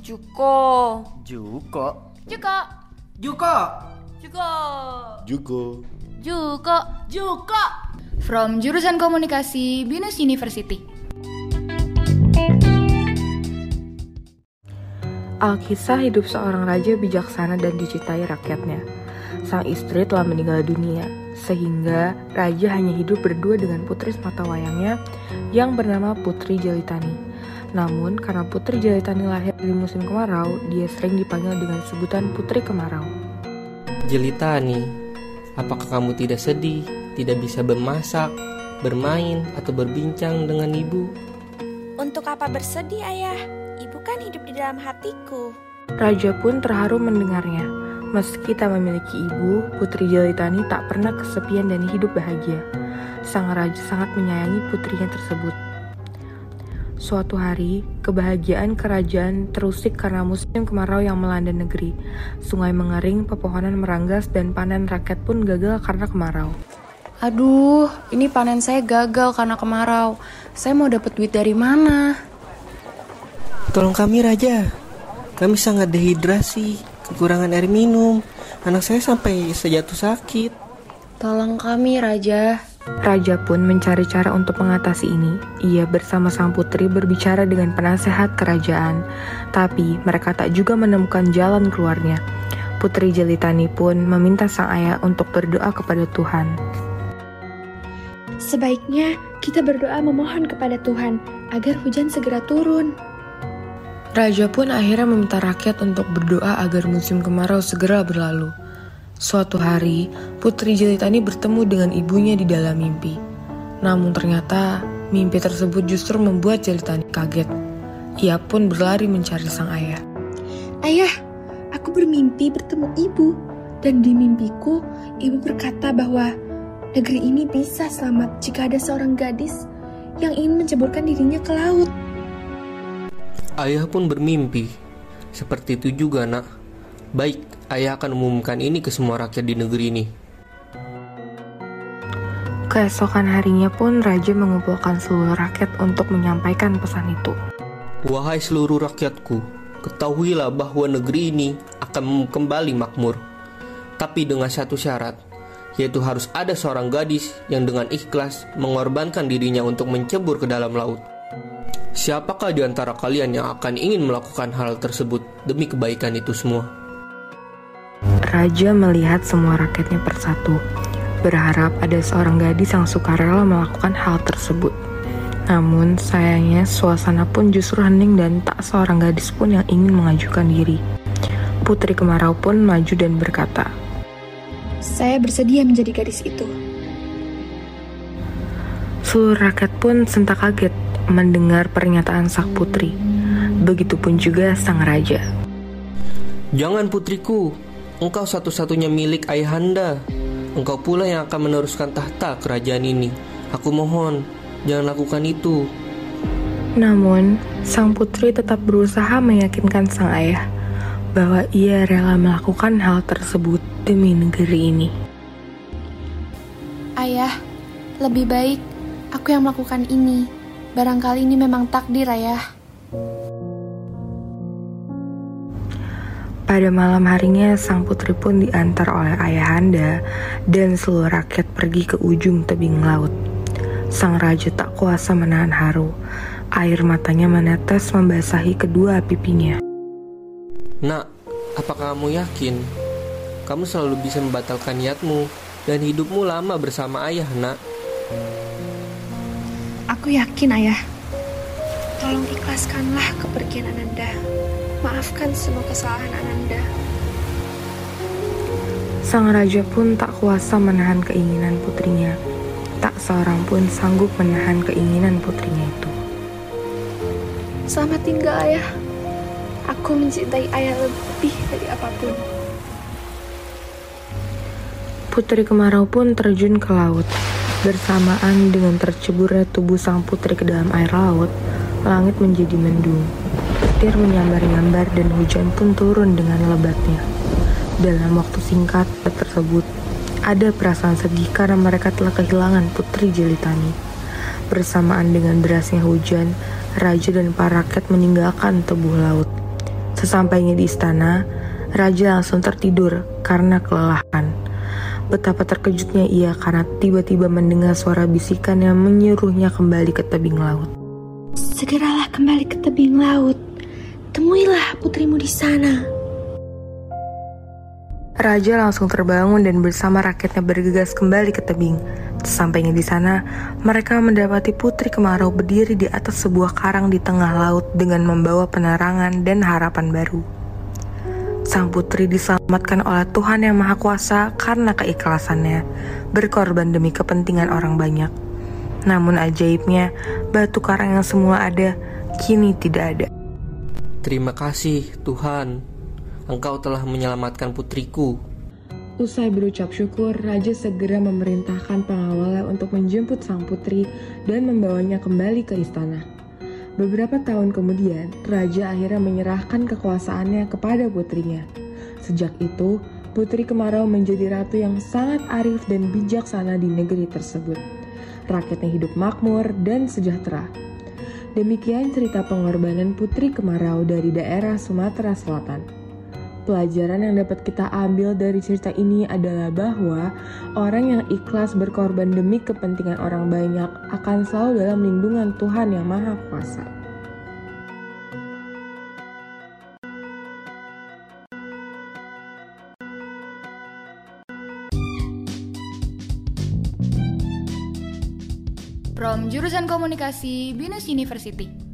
Juko. Juko. Juko. Juko. Juko. Juko. Juko. Juko. From jurusan komunikasi BINUS University. Alkisah hidup seorang raja bijaksana dan dicintai rakyatnya. Sang istri telah meninggal dunia, sehingga raja hanya hidup berdua dengan putri sematawayangnya yang bernama Putri Jelitani. Namun, karena Putri Jelitani lahir di musim kemarau, dia sering dipanggil dengan sebutan Putri Kemarau. Jelitani, apakah kamu tidak sedih, tidak bisa bermasak, bermain, atau berbincang dengan ibu? Untuk apa bersedih, Ayah? Ibu kan hidup di dalam hatiku. Raja pun terharu mendengarnya. Meski tak memiliki ibu, Putri Jelitani tak pernah kesepian dan hidup bahagia. Sang raja sangat menyayangi putrinya tersebut. Suatu hari, kebahagiaan kerajaan terusik karena musim kemarau yang melanda negeri. Sungai mengering, pepohonan meranggas, dan panen rakyat pun gagal karena kemarau. Aduh, ini panen saya gagal karena kemarau. Saya mau dapat duit dari mana? Tolong kami, Raja. Kami sangat dehidrasi, kekurangan air minum. Anak saya sampai sejatuh sakit. Tolong kami, Raja. Raja pun mencari cara untuk mengatasi ini. Ia bersama sang putri berbicara dengan penasehat kerajaan, tapi mereka tak juga menemukan jalan keluarnya. Putri Jelitani pun meminta sang ayah untuk berdoa kepada Tuhan. Sebaiknya kita berdoa memohon kepada Tuhan agar hujan segera turun. Raja pun akhirnya meminta rakyat untuk berdoa agar musim kemarau segera berlalu. Suatu hari, Putri Jelitani bertemu dengan ibunya di dalam mimpi. Namun ternyata, mimpi tersebut justru membuat Jelitani kaget. Ia pun berlari mencari sang ayah. Ayah, aku bermimpi bertemu ibu. Dan di mimpiku, ibu berkata bahwa negeri ini bisa selamat jika ada seorang gadis yang ingin menceburkan dirinya ke laut. Ayah pun bermimpi. Seperti itu juga, Nak. Baik, ayah akan umumkan ini ke semua rakyat di negeri ini. Keesokan harinya pun Raja mengumpulkan seluruh rakyat untuk menyampaikan pesan itu. Wahai seluruh rakyatku, ketahuilah bahwa negeri ini akan kembali makmur. Tapi dengan satu syarat, yaitu harus ada seorang gadis yang dengan ikhlas mengorbankan dirinya untuk mencebur ke dalam laut. Siapakah di antara kalian yang akan ingin melakukan hal tersebut demi kebaikan itu semua? Raja melihat semua rakyatnya persatu, berharap ada seorang gadis yang sukarela melakukan hal tersebut. Namun sayangnya suasana pun justru hening dan tak seorang gadis pun yang ingin mengajukan diri. Putri Kemarau pun maju dan berkata, Saya bersedia menjadi gadis itu. Seluruh rakyat pun sentak kaget mendengar pernyataan sang putri. Begitupun juga sang raja. Jangan putriku, engkau satu-satunya milik ayahanda. Engkau pula yang akan meneruskan tahta kerajaan ini. Aku mohon, jangan lakukan itu. Namun, sang putri tetap berusaha meyakinkan sang ayah bahwa ia rela melakukan hal tersebut demi negeri ini. Ayah, lebih baik aku yang melakukan ini. Barangkali ini memang takdir, Ayah. Pada malam harinya, sang putri pun diantar oleh ayahanda dan seluruh rakyat pergi ke ujung tebing laut. Sang raja tak kuasa menahan haru. Air matanya menetes membasahi kedua pipinya. Nak, apakah kamu yakin? Kamu selalu bisa membatalkan niatmu dan hidupmu lama bersama ayah, Nak. Aku yakin, Ayah. Tolong ikhlaskanlah kepergian Ananda. Maafkan semua kesalahan Ananda. Sang raja pun tak kuasa menahan keinginan putrinya. Tak seorang pun sanggup menahan keinginan putrinya itu. Selamat tinggal, Ayah. Aku mencintai Ayah lebih dari apapun. Putri Kemarau pun terjun ke laut. Bersamaan dengan terceburnya tubuh sang putri ke dalam air laut, langit menjadi mendung. Petir menyambar-nyambar dan hujan pun turun dengan lebatnya. Dalam waktu singkat tersebut, ada perasaan sedih karena mereka telah kehilangan Putri Jelitani. Bersamaan dengan derasnya hujan, raja dan para rakyat meninggalkan tebuh laut. Sesampainya di istana, raja langsung tertidur karena kelelahan. Betapa terkejutnya ia karena tiba-tiba mendengar suara bisikan yang menyuruhnya kembali ke tebing laut. Segeralah kembali ke tebing laut. Temuilah putrimu di sana. Raja langsung terbangun dan bersama rakyatnya bergegas kembali ke tebing. Sesampainya di sana, mereka mendapati Putri Kemarau berdiri di atas sebuah karang di tengah laut dengan membawa penerangan dan harapan baru. Sang putri diselamatkan oleh Tuhan Yang Maha Kuasa karena keikhlasannya, berkorban demi kepentingan orang banyak. Namun ajaibnya, batu karang yang semula ada, kini tidak ada. Terima kasih Tuhan, Engkau telah menyelamatkan putriku. Usai berucap syukur, Raja segera memerintahkan pengawalnya untuk menjemput sang putri dan membawanya kembali ke istana. Beberapa tahun kemudian, Raja akhirnya menyerahkan kekuasaannya kepada putrinya. Sejak itu, Putri Kemarau menjadi ratu yang sangat arif dan bijaksana di negeri tersebut. Rakyatnya hidup makmur dan sejahtera. Demikian cerita pengorbanan Putri Kemarau dari daerah Sumatera Selatan. Pelajaran yang dapat kita ambil dari cerita ini adalah bahwa orang yang ikhlas berkorban demi kepentingan orang banyak akan selalu dalam lindungan Tuhan Yang Maha Kuasa. From Jurusan Komunikasi BINUS University.